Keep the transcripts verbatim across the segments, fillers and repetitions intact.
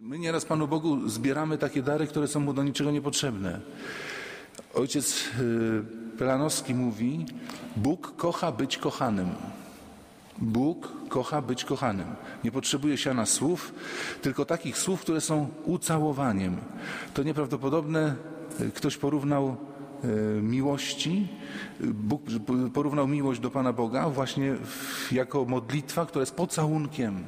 My nieraz Panu Bogu zbieramy takie dary, które są Mu do niczego niepotrzebne. Ojciec Pelanowski mówi, Bóg kocha być kochanym. Bóg kocha być kochanym. Nie potrzebuje siana słów, tylko takich słów, które są ucałowaniem. To nieprawdopodobne. Ktoś porównał miłości, Bóg porównał miłość do Pana Boga właśnie jako modlitwa, która jest pocałunkiem.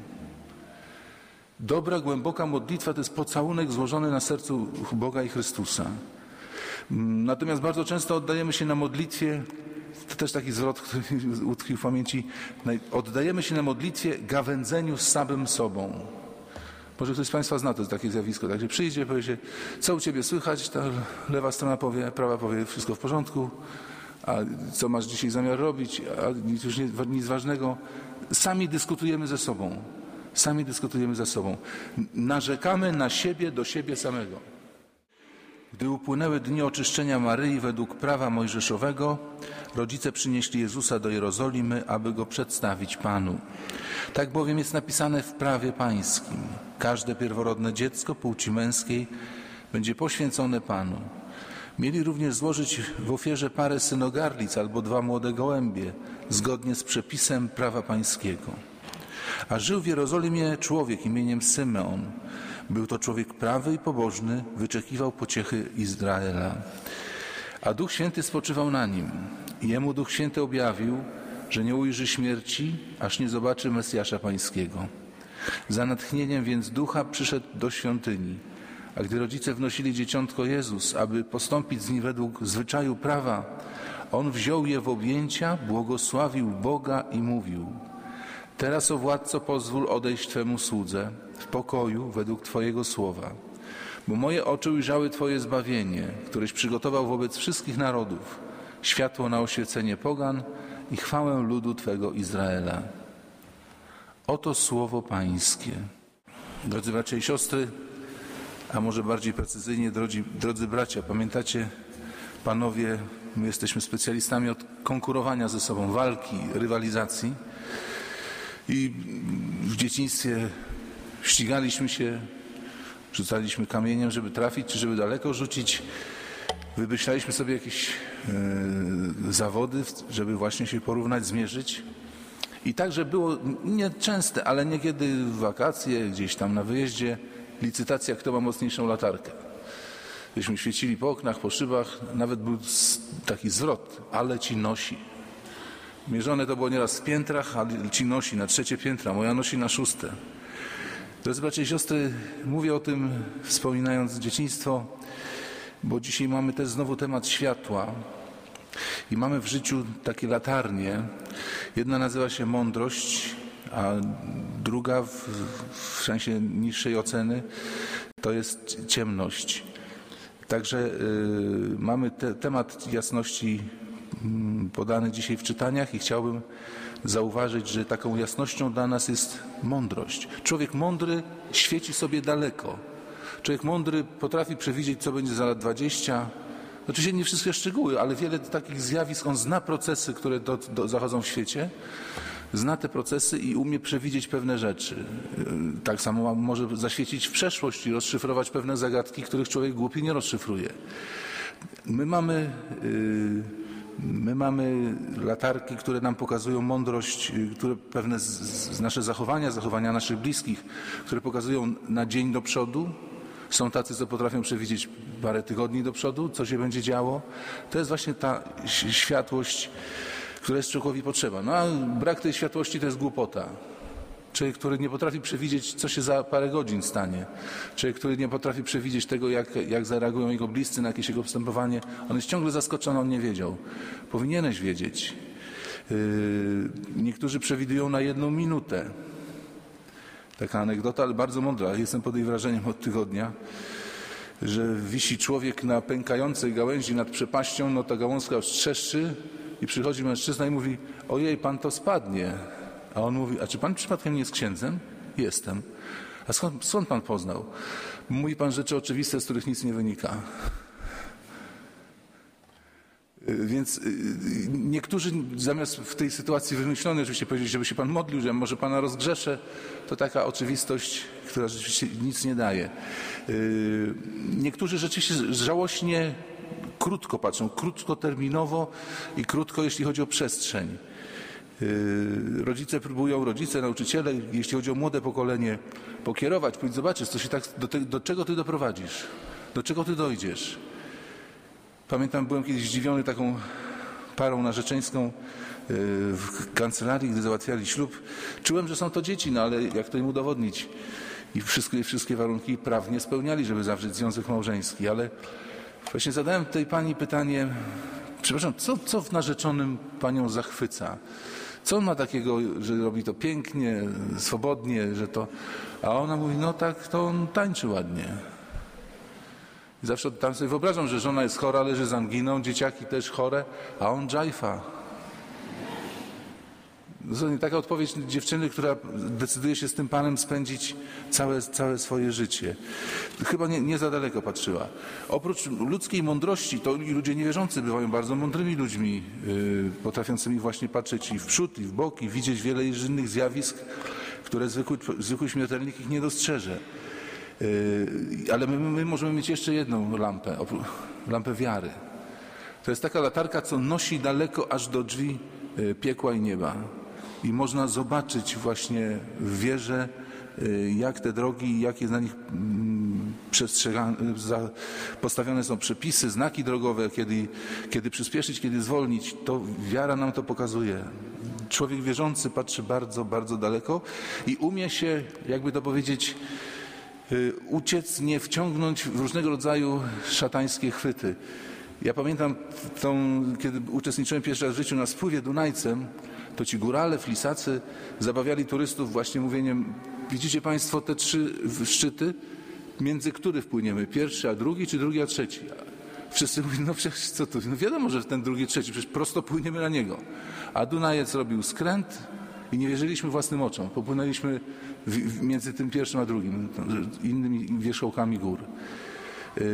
Dobra, głęboka modlitwa to jest pocałunek złożony na sercu Boga i Chrystusa. Natomiast bardzo często oddajemy się na modlitwie, to też taki zwrot, który utkwił w pamięci, oddajemy się na modlitwie gawędzeniu z samym sobą. Może ktoś z Państwa zna to takie zjawisko, także przyjdzie, powie się, co u Ciebie słychać, ta lewa strona powie, prawa powie, wszystko w porządku, a co masz dzisiaj zamiar robić, a nic już nie, nic ważnego. Sami dyskutujemy ze sobą. Sami dyskutujemy ze sobą. Narzekamy na siebie, do siebie samego. Gdy upłynęły dni oczyszczenia Maryi według prawa mojżeszowego, rodzice przynieśli Jezusa do Jerozolimy, aby Go przedstawić Panu. Tak bowiem jest napisane w prawie pańskim. Każde pierworodne dziecko płci męskiej będzie poświęcone Panu. Mieli również złożyć w ofierze parę synogarlic albo dwa młode gołębie, zgodnie z przepisem prawa pańskiego. A żył w Jerozolimie człowiek imieniem Symeon. Był to człowiek prawy i pobożny, wyczekiwał pociechy Izraela. A Duch Święty spoczywał na nim. I jemu Duch Święty objawił, że nie ujrzy śmierci, aż nie zobaczy Mesjasza Pańskiego. Za natchnieniem więc Ducha przyszedł do świątyni. A gdy rodzice wnosili dzieciątko Jezus, aby postąpić z nim według zwyczaju prawa, On wziął je w objęcia, błogosławił Boga i mówił: Teraz, o Władco, pozwól odejść Twemu słudze w pokoju według Twojego słowa. Bo moje oczy ujrzały Twoje zbawienie, któreś przygotował wobec wszystkich narodów, światło na oświecenie pogan i chwałę ludu Twego Izraela. Oto słowo Pańskie. Drodzy bracia i siostry, a może bardziej precyzyjnie, drodzy, drodzy bracia, pamiętacie, panowie, my jesteśmy specjalistami od konkurowania ze sobą, walki, rywalizacji. I w dzieciństwie ścigaliśmy się, rzucaliśmy kamieniem, żeby trafić, czy żeby daleko rzucić. Wymyślaliśmy sobie jakieś e, zawody, żeby właśnie się porównać, zmierzyć. I także było nieczęste, ale niekiedy w wakacje, gdzieś tam na wyjeździe, licytacja, kto ma mocniejszą latarkę. Żeśmy świecili po oknach, po szybach, nawet był taki zwrot, ale ci nosi. Mierzone to było nieraz w piętrach, a ci nosi na trzecie piętra, moja nosi na szóste. Drodzy bracia i siostry, mówię o tym wspominając dzieciństwo, bo dzisiaj mamy też znowu temat światła i mamy w życiu takie latarnie. Jedna nazywa się mądrość, a druga w, w sensie niższej oceny to jest ciemność. Także yy, mamy te, temat jasności podany dzisiaj w czytaniach i chciałbym zauważyć, że taką jasnością dla nas jest mądrość. Człowiek mądry świeci sobie daleko. Człowiek mądry potrafi przewidzieć, co będzie za lat dwadzieścia. Oczywiście nie wszystkie szczegóły, ale wiele takich zjawisk. On zna procesy, które do, do, zachodzą w świecie. Zna te procesy i umie przewidzieć pewne rzeczy. Tak samo może zaświecić w przeszłość i rozszyfrować pewne zagadki, których człowiek głupi nie rozszyfruje. My mamy... Yy, My mamy latarki, które nam pokazują mądrość, które pewne z, z nasze zachowania, zachowania naszych bliskich, które pokazują na dzień do przodu. Są tacy, co potrafią przewidzieć parę tygodni do przodu, co się będzie działo. To jest właśnie ta światłość, która jest człowiekowi potrzeba. No a brak tej światłości to jest głupota. Człowiek, który nie potrafi przewidzieć, co się za parę godzin stanie. Człowiek, który nie potrafi przewidzieć tego, jak, jak zareagują jego bliscy na jakieś jego postępowanie. On jest ciągle zaskoczony, on nie wiedział. Powinieneś wiedzieć. Yy, niektórzy przewidują na jedną minutę. Taka anegdota, ale bardzo mądra. Jestem pod jej wrażeniem od tygodnia, że wisi człowiek na pękającej gałęzi nad przepaścią, no ta gałązka już trzeszczy i przychodzi mężczyzna i mówi: ojej, pan to spadnie. A on mówi: a czy pan przypadkiem nie jest księdzem? Jestem. A skąd, skąd pan poznał? Mówi pan rzeczy oczywiste, z których nic nie wynika. Więc niektórzy zamiast w tej sytuacji wymyślonej oczywiście powiedzieć, żeby się Pan modlił, że może Pana rozgrzeszę, to taka oczywistość, która rzeczywiście nic nie daje. Niektórzy rzeczywiście żałośnie krótko patrzą, krótkoterminowo i krótko, jeśli chodzi o przestrzeń. Rodzice próbują, rodzice, nauczyciele, jeśli chodzi o młode pokolenie, pokierować, pójdź zobaczyć, co się tak, do, te, do czego Ty doprowadzisz, do czego Ty dojdziesz. Pamiętam, byłem kiedyś zdziwiony taką parą narzeczeńską w kancelarii, gdy załatwiali ślub. Czułem, że są to dzieci, no ale jak to im udowodnić? I wszystkie, wszystkie warunki prawnie spełniali, żeby zawrzeć związek małżeński. Ale właśnie zadałem tej pani pytanie, przepraszam, co, co w narzeczonym panią zachwyca? Co on ma takiego, że robi to pięknie, swobodnie, że to... A ona mówi, no tak, to on tańczy ładnie. I zawsze tam sobie wyobrażam, że żona jest chora, leży z anginą, dzieciaki też chore, a on dżajfa. To taka odpowiedź dziewczyny, która decyduje się z tym panem spędzić całe, całe swoje życie. Chyba nie, nie za daleko patrzyła. Oprócz ludzkiej mądrości, to i ludzie niewierzący bywają bardzo mądrymi ludźmi, yy, potrafiącymi właśnie patrzeć i w przód, i w bok, i widzieć wiele innych zjawisk, które zwykły, zwykły śmiertelnik ich nie dostrzeże. Yy, ale my, my możemy mieć jeszcze jedną lampę, lampę wiary. To jest taka latarka, co nosi daleko aż do drzwi yy, piekła i nieba. I można zobaczyć właśnie w wierze, jak te drogi, jakie na nich przestrzegane, postawione są przepisy, znaki drogowe, kiedy, kiedy przyspieszyć, kiedy zwolnić. To wiara nam to pokazuje. Człowiek wierzący patrzy bardzo, bardzo daleko i umie się, jakby to powiedzieć, uciec, nie wciągnąć w różnego rodzaju szatańskie chwyty. Ja pamiętam, tą, kiedy uczestniczyłem pierwszy raz w życiu na spływie Dunajcem, to ci górale, flisacy zabawiali turystów właśnie mówieniem, widzicie Państwo te trzy szczyty, między który wpłyniemy, pierwszy a drugi, czy drugi a trzeci? Wszyscy mówili, no przecież co tu, no wiadomo, że ten drugi, trzeci, przecież prosto płyniemy na niego. A Dunajec robił skręt i nie wierzyliśmy własnym oczom. Popłynęliśmy w, w, między tym pierwszym a drugim, innymi wierzchołkami gór. Yy,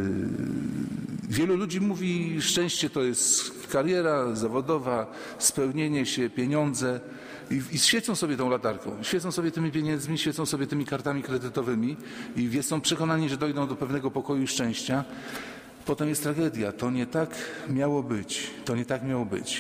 wielu ludzi mówi, szczęście to jest kariera zawodowa, spełnienie się, pieniądze i, i świecą sobie tą latarką, świecą sobie tymi pieniędzmi, świecą sobie tymi kartami kredytowymi i są przekonani, że dojdą do pewnego pokoju i szczęścia. Potem jest tragedia. To nie tak miało być. To nie tak miało być.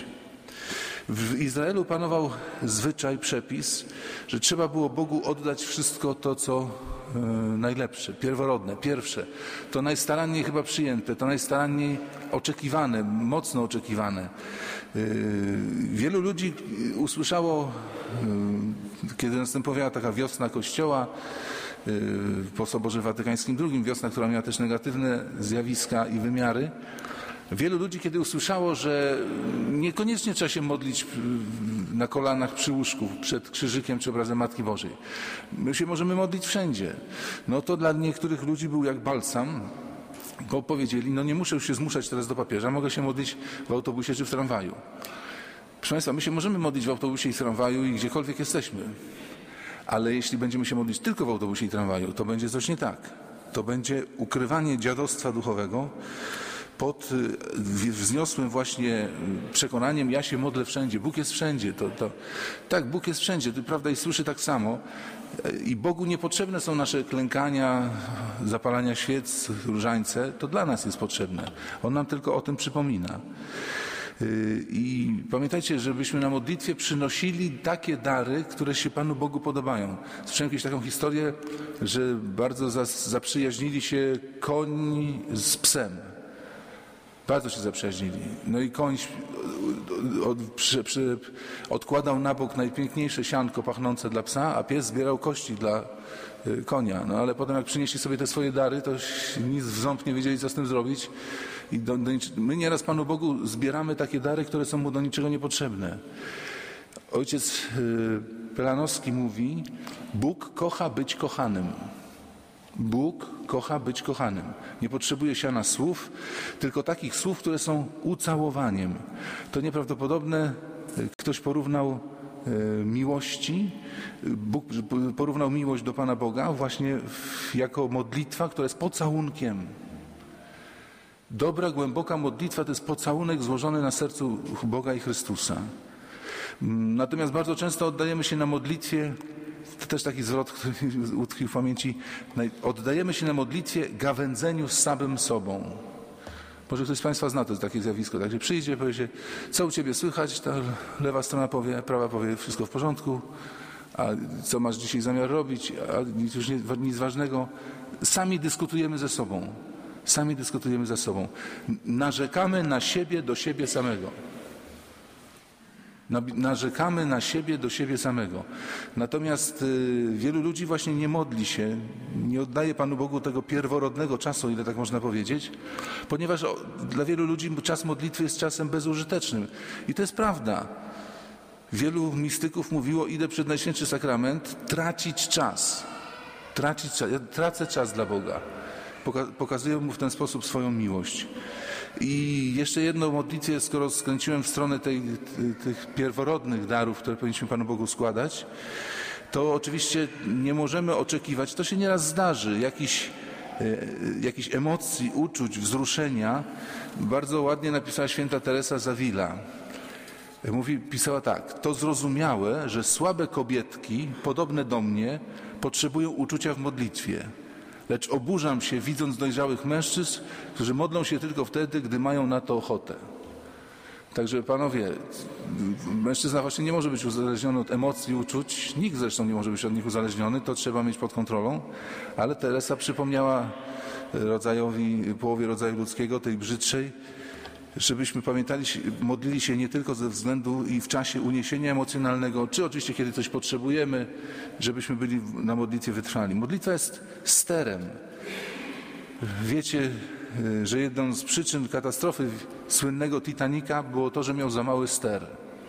W Izraelu panował zwyczaj, przepis, że trzeba było Bogu oddać wszystko to, co yy, najlepsze, pierworodne, pierwsze. To najstaranniej chyba przyjęte, to najstaranniej oczekiwane, mocno oczekiwane. Yy, wielu ludzi usłyszało, yy, kiedy następowała taka wiosna Kościoła, yy, po Soborze Watykańskim drugim, wiosna, która miała też negatywne zjawiska i wymiary. Wielu ludzi, kiedy usłyszało, że niekoniecznie trzeba się modlić na kolanach przy łóżku, przed krzyżykiem czy obrazem Matki Bożej. My się możemy modlić wszędzie. No to dla niektórych ludzi był jak balsam, bo powiedzieli, no nie muszę już się zmuszać teraz do papieża, mogę się modlić w autobusie czy w tramwaju. Proszę Państwa, my się możemy modlić w autobusie i w tramwaju i gdziekolwiek jesteśmy. Ale jeśli będziemy się modlić tylko w autobusie i tramwaju, to będzie coś nie tak. To będzie ukrywanie dziadostwa duchowego, pod wzniosłym właśnie przekonaniem, ja się modlę wszędzie, Bóg jest wszędzie. To, to, tak, Bóg jest wszędzie, to prawda i słyszy tak samo. I Bogu niepotrzebne są nasze klękania, zapalania świec, różańce, to dla nas jest potrzebne. On nam tylko o tym przypomina. I pamiętajcie, żebyśmy na modlitwie przynosili takie dary, które się Panu Bogu podobają. Słyszałem kiedyś taką historię, że bardzo zaprzyjaźnili się koń z psem. Bardzo się zaprzyjaźnili. No i koń od, przy, przy, odkładał na bok najpiękniejsze sianko pachnące dla psa, a pies zbierał kości dla y, konia. No ale potem jak przynieśli sobie te swoje dary, to nic w ząb nie wiedzieli, co z tym zrobić. I do, do, my nieraz Panu Bogu zbieramy takie dary, które są Mu do niczego niepotrzebne. Ojciec y, Pelanowski mówi, Bóg kocha być kochanym. Bóg kocha być kochanym. Nie potrzebuje siana słów, tylko takich słów, które są ucałowaniem. To nieprawdopodobne. Ktoś porównał e, miłości, Bóg porównał miłość do Pana Boga właśnie w, jako modlitwa, która jest pocałunkiem. Dobra, głęboka modlitwa to jest pocałunek złożony na sercu Boga i Chrystusa. Natomiast bardzo często oddajemy się na modlitwie, to też taki zwrot, który utkwił w pamięci, oddajemy się na modlitwie gawędzeniu z samym sobą. Może ktoś z Państwa zna to takie zjawisko, także przyjdzie, powie się, co u Ciebie słychać, ta lewa strona powie, prawa powie, wszystko w porządku, a co masz dzisiaj zamiar robić, a nic już nie, nic ważnego. Sami dyskutujemy ze sobą, sami dyskutujemy ze sobą. Narzekamy na siebie do siebie samego. Narzekamy na siebie do siebie samego. Natomiast y, wielu ludzi właśnie nie modli się, nie oddaje Panu Bogu tego pierworodnego czasu, ile tak można powiedzieć, ponieważ o, dla wielu ludzi czas modlitwy jest czasem bezużytecznym. I to jest prawda. Wielu mistyków mówiło, idę przed Najświętszy Sakrament, tracić czas. Tracić czas. Ja tracę czas dla Boga. Poka- pokazuję Mu w ten sposób swoją miłość. I jeszcze jedno modlitwie, skoro skręciłem w stronę tej, tych pierworodnych darów, które powinniśmy Panu Bogu składać, to oczywiście nie możemy oczekiwać, to się nieraz zdarzy, jakichś, jakichś emocji, uczuć, wzruszenia. Bardzo ładnie napisała święta Teresa z Avila. Mówi, pisała tak, to zrozumiałe, że słabe kobietki, podobne do mnie, potrzebują uczucia w modlitwie. Lecz oburzam się, widząc dojrzałych mężczyzn, którzy modlą się tylko wtedy, gdy mają na to ochotę. Także panowie, mężczyzna właśnie nie może być uzależniony od emocji, uczuć. Nikt zresztą nie może być od nich uzależniony, to trzeba mieć pod kontrolą. Ale Teresa przypomniała rodzajowi, połowie rodzaju ludzkiego, tej brzydszej, żebyśmy pamiętali, modlili się nie tylko ze względu i w czasie uniesienia emocjonalnego, czy oczywiście kiedy coś potrzebujemy, żebyśmy byli na modlitwie wytrwali. Modlitwa jest sterem. Wiecie, że jedną z przyczyn katastrofy słynnego Titanica było to, że miał za mały ster.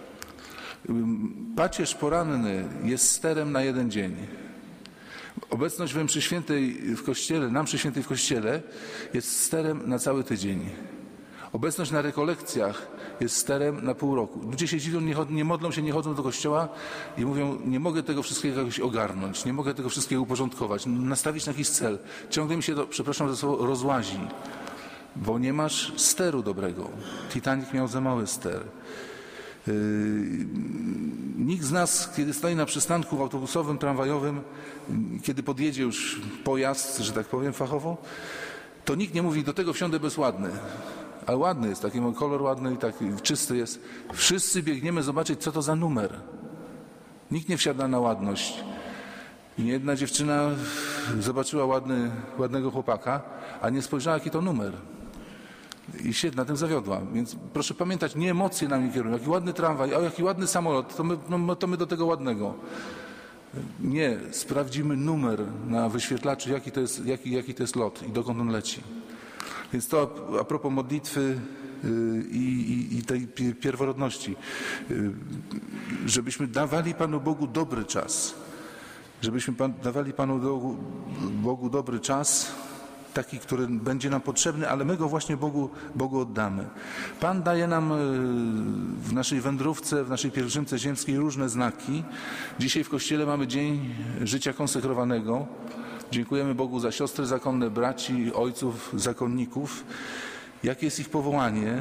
Pacierz poranny jest sterem na jeden dzień. Obecność we mszy świętej w kościele, na mszy świętej w kościele jest sterem na cały tydzień. Obecność na rekolekcjach jest sterem na pół roku. Ludzie się dziwią, nie, chod- nie modlą się, nie chodzą do kościoła i mówią, nie mogę tego wszystkiego jakoś ogarnąć, nie mogę tego wszystkiego uporządkować, nastawić na jakiś cel. Ciągle mi się to, przepraszam za słowo, rozłazi, bo nie masz steru dobrego. Titanic miał za mały ster. Yy, nikt z nas, kiedy stoi na przystanku autobusowym, tramwajowym, kiedy podjedzie już pojazd, że tak powiem fachowo, to nikt nie mówi, do tego wsiądę bezładny. Ale ładny jest, taki kolor ładny i taki czysty jest. Wszyscy biegniemy zobaczyć, co to za numer. Nikt nie wsiada na ładność. I jedna dziewczyna zobaczyła ładny, ładnego chłopaka, a nie spojrzała, jaki to numer. I się na tym zawiodła. Więc proszę pamiętać, nie emocje nami kierują. Jaki ładny tramwaj, a jaki ładny samolot, to my, no, to my do tego ładnego. Nie, sprawdzimy numer na wyświetlaczu, jaki to jest, jaki, jaki to jest lot i dokąd on leci. Więc to a propos modlitwy i, i, i tej pierworodności. Żebyśmy dawali Panu Bogu dobry czas. Żebyśmy pan, dawali Panu Bogu, Bogu dobry czas, taki, który będzie nam potrzebny, ale my go właśnie Bogu, Bogu oddamy. Pan daje nam w naszej wędrówce, w naszej pielgrzymce ziemskiej różne znaki. Dzisiaj w Kościele mamy Dzień Życia Konsekrowanego. Dziękujemy Bogu za siostry zakonne, braci, ojców, zakonników. Jakie jest ich powołanie?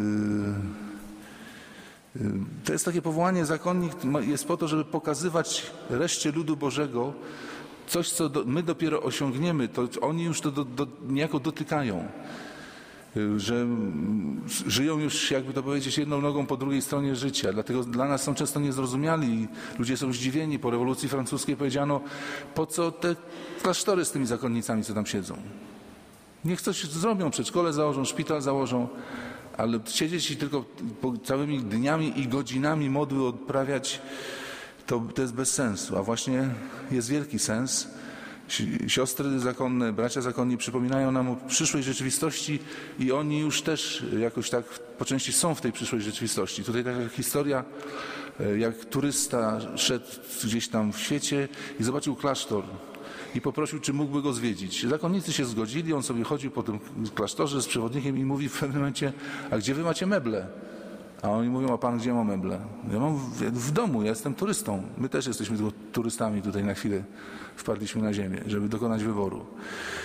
To jest takie powołanie, zakonnik jest po to, żeby pokazywać reszcie ludu Bożego coś, co do, my dopiero osiągniemy, to oni już to do, do, niejako dotykają. Że żyją już, jakby to powiedzieć, jedną nogą po drugiej stronie życia. Dlatego dla nas są często niezrozumiali. Ludzie są zdziwieni. Po rewolucji francuskiej powiedziano, po co te klasztory z tymi zakonnicami, co tam siedzą. Niech coś zrobią, przedszkole założą, szpital założą, ale siedzieć i tylko całymi dniami i godzinami modły odprawiać, to, to jest bez sensu. A właśnie jest wielki sens. Siostry zakonne, bracia zakonni przypominają nam o przyszłej rzeczywistości i oni już też jakoś tak po części są w tej przyszłej rzeczywistości. Tutaj taka historia, jak turysta szedł gdzieś tam w świecie i zobaczył klasztor i poprosił, czy mógłby go zwiedzić. Zakonnicy się zgodzili, on sobie chodził po tym klasztorze z przewodnikiem i mówi w pewnym momencie, a gdzie wy macie meble? A oni mówią, a pan gdzie ma meble? Ja mam w, w domu, ja jestem turystą. My też jesteśmy tylko turystami tutaj na chwilę wpadliśmy na ziemię, żeby dokonać wyboru.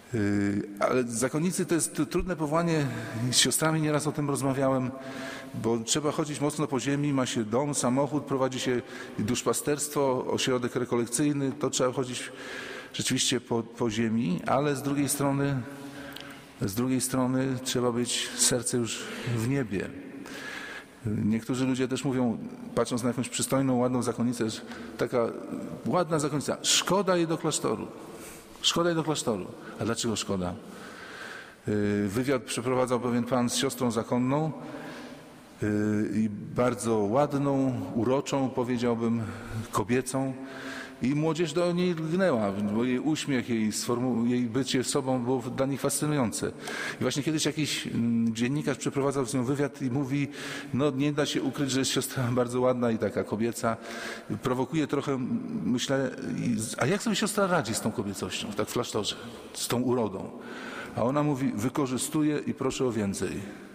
Ale zakonnicy to jest trudne powołanie. Z siostrami nieraz o tym rozmawiałem, bo trzeba chodzić mocno po ziemi, ma się dom, samochód, prowadzi się duszpasterstwo, ośrodek rekolekcyjny, to trzeba chodzić rzeczywiście po, po ziemi, ale z drugiej strony, z drugiej strony trzeba być serce już w niebie. Niektórzy ludzie też mówią, patrząc na jakąś przystojną, ładną zakonnicę, że taka ładna zakonnica, szkoda jej do klasztoru. Szkoda jej do klasztoru. A dlaczego szkoda? Wywiad przeprowadzał pewien pan z siostrą zakonną i bardzo ładną, uroczą, powiedziałbym, kobiecą. I młodzież do niej lgnęła, bo jej uśmiech, jej, sformu- jej bycie sobą było dla nich fascynujące. I właśnie kiedyś jakiś dziennikarz przeprowadzał z nią wywiad i mówi, no nie da się ukryć, że jest siostra bardzo ładna i taka kobieca. Prowokuje trochę, myślę, a jak sobie siostra radzi z tą kobiecością, tak w klasztorze, z tą urodą? A ona mówi, wykorzystuję i proszę o więcej.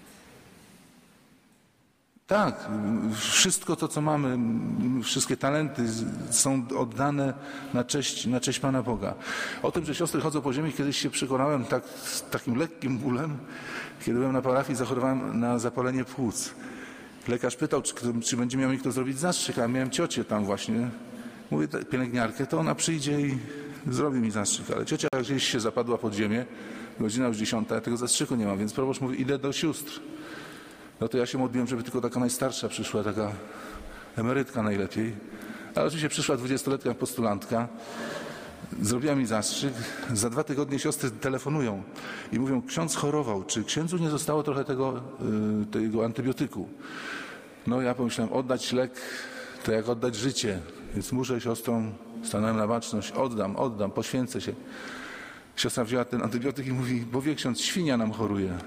Tak, wszystko to, co mamy, wszystkie talenty są oddane na cześć, na cześć Pana Boga. O tym, że siostry chodzą po ziemi, kiedyś się przekonałem tak, z takim lekkim bólem, kiedy byłem na parafii, zachorowałem na zapalenie płuc. Lekarz pytał, czy, czy będzie miał mi kto zrobić zastrzyk, a ja miałem ciocię tam właśnie, mówię, pielęgniarkę, to ona przyjdzie i zrobi mi zastrzyk. Ale ciocia gdzieś się zapadła pod ziemię, godzina już dziesiąta, ja tego zastrzyku nie mam, więc proboszcz mówi, idę do sióstr. No to ja się modliłem, żeby tylko taka najstarsza przyszła, taka emerytka najlepiej. Ale oczywiście przyszła dwudziestoletnia postulantka, zrobiła mi zastrzyk. Za dwa tygodnie siostry telefonują i mówią, ksiądz chorował, czy księdzu nie zostało trochę tego, yy, tego antybiotyku? No ja pomyślałem, oddać lek to jak oddać życie, więc muszę siostrą, stanąłem na baczność, oddam, oddam, poświęcę się. Siostra wzięła ten antybiotyk i mówi, bo wie ksiądz, świnia nam choruje.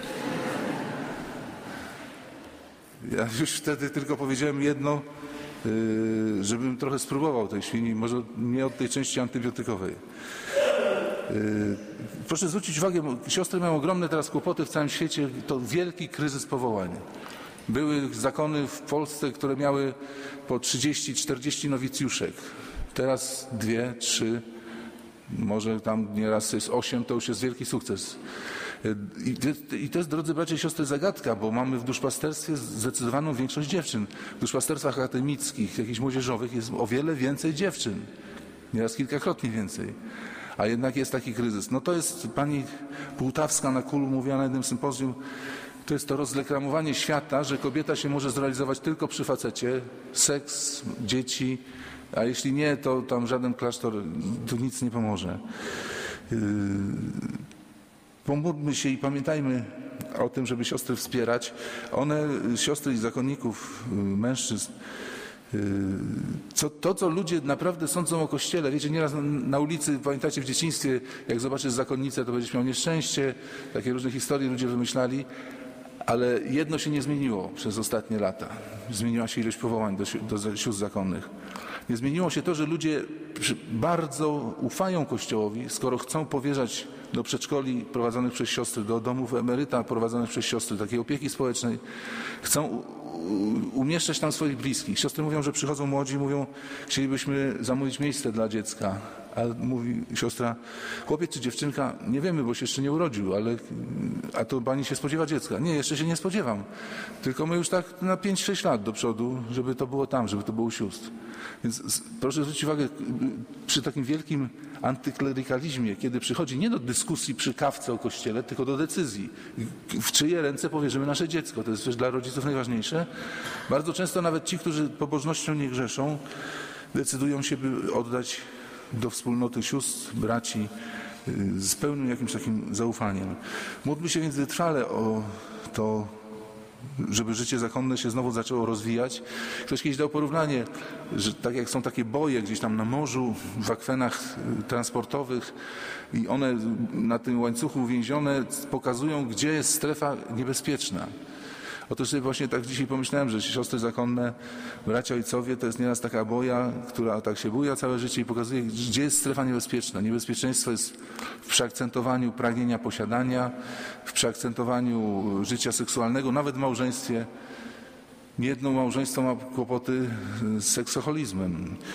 Ja już wtedy tylko powiedziałem jedno, yy, żebym trochę spróbował tej świni, może nie od tej części antybiotykowej. Yy, proszę zwrócić uwagę, bo siostry mają ogromne teraz kłopoty w całym świecie, to wielki kryzys powołań. Były zakony w Polsce, które miały po trzydzieści czterdzieści nowicjuszek. Teraz dwie, trzy, może tam nieraz jest osiem, to już jest wielki sukces. I to jest, drodzy bracia i siostry, zagadka, bo mamy w duszpasterstwie zdecydowaną większość dziewczyn. W duszpasterstwach akademickich, jakichś młodzieżowych jest o wiele więcej dziewczyn. Nieraz kilkakrotnie więcej. A jednak jest taki kryzys. No to jest pani Półtawska na Kulu mówiła na jednym sympozjum, to jest to rozreklamowanie świata, że kobieta się może zrealizować tylko przy facecie, seks, dzieci, a jeśli nie, to tam żaden klasztor, tu nic nie pomoże. Yy... Pomódlmy się i pamiętajmy o tym, żeby siostry wspierać. One, siostry i zakonników, mężczyzn, co, to, co ludzie naprawdę sądzą o Kościele. Wiecie, nieraz na, na ulicy, pamiętacie w dzieciństwie, jak zobaczysz zakonnicę, to będziesz miał nieszczęście. Takie różne historie ludzie wymyślali. Ale jedno się nie zmieniło przez ostatnie lata. Zmieniła się ilość powołań do, do sióstr zakonnych. Nie zmieniło się to, że ludzie bardzo ufają Kościołowi, skoro chcą powierzać do przedszkoli prowadzonych przez siostry, do domów emeryta prowadzonych przez siostry, takiej opieki społecznej. Chcą umieszczać tam swoich bliskich. Siostry mówią, że przychodzą młodzi i mówią, chcielibyśmy zamówić miejsce dla dziecka. A mówi siostra, chłopiec czy dziewczynka, nie wiemy, bo się jeszcze nie urodził, ale a to pani się spodziewa dziecka. Nie, jeszcze się nie spodziewam. Tylko my już tak na pięć sześć lat do przodu, żeby to było tam, żeby to było u sióstr. Więc proszę zwrócić uwagę, przy takim wielkim antyklerykalizmie, kiedy przychodzi nie do dyskusji przy kawce o Kościele, tylko do decyzji, w czyje ręce powierzymy nasze dziecko. To jest też dla rodziców najważniejsze. Bardzo często nawet ci, którzy pobożnością nie grzeszą, decydują się, by oddać do wspólnoty sióstr, braci z pełnym jakimś takim zaufaniem. Módlmy się więc wytrwale o to, żeby życie zakonne się znowu zaczęło rozwijać. Ktoś kiedyś dał porównanie, że tak jak są takie boje gdzieś tam na morzu, w akwenach transportowych i one na tym łańcuchu uwięzione pokazują, gdzie jest strefa niebezpieczna. Otóż sobie właśnie tak dzisiaj pomyślałem, że siostry zakonne, bracia ojcowie, to jest nieraz taka boja, która tak się buja całe życie i pokazuje, gdzie jest strefa niebezpieczna. Niebezpieczeństwo jest w przeakcentowaniu pragnienia posiadania, w przeakcentowaniu życia seksualnego, nawet w małżeństwie. Niejedno małżeństwo ma kłopoty z seksoholizmem.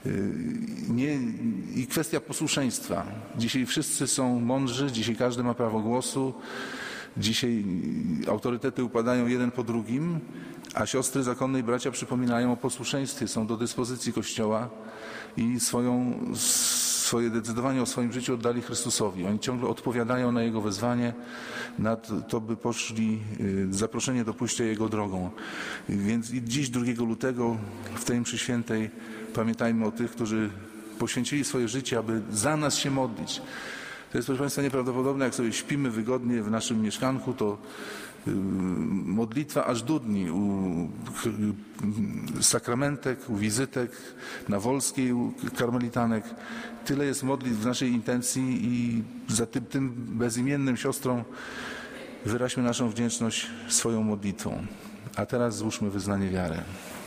Nie, i kwestia posłuszeństwa. Dzisiaj wszyscy są mądrzy, dzisiaj każdy ma prawo głosu, dzisiaj autorytety upadają jeden po drugim, a siostry zakonne i bracia przypominają o posłuszeństwie, są do dyspozycji Kościoła i swoją, swoje decydowanie o swoim życiu oddali Chrystusowi. Oni ciągle odpowiadają na Jego wezwanie, na to, by poszli, zaproszenie do pójścia Jego drogą. Więc i dziś drugiego lutego w tej mszy świętej pamiętajmy o tych, którzy poświęcili swoje życie, aby za nas się modlić. To jest, proszę Państwa, nieprawdopodobne, jak sobie śpimy wygodnie w naszym mieszkanku, to modlitwa aż dudni u sakramentek, u wizytek na Wolskiej, u karmelitanek. Tyle jest modlitw w naszej intencji i za tym, tym bezimiennym siostrom wyraźmy naszą wdzięczność swoją modlitwą. A teraz złóżmy wyznanie wiary.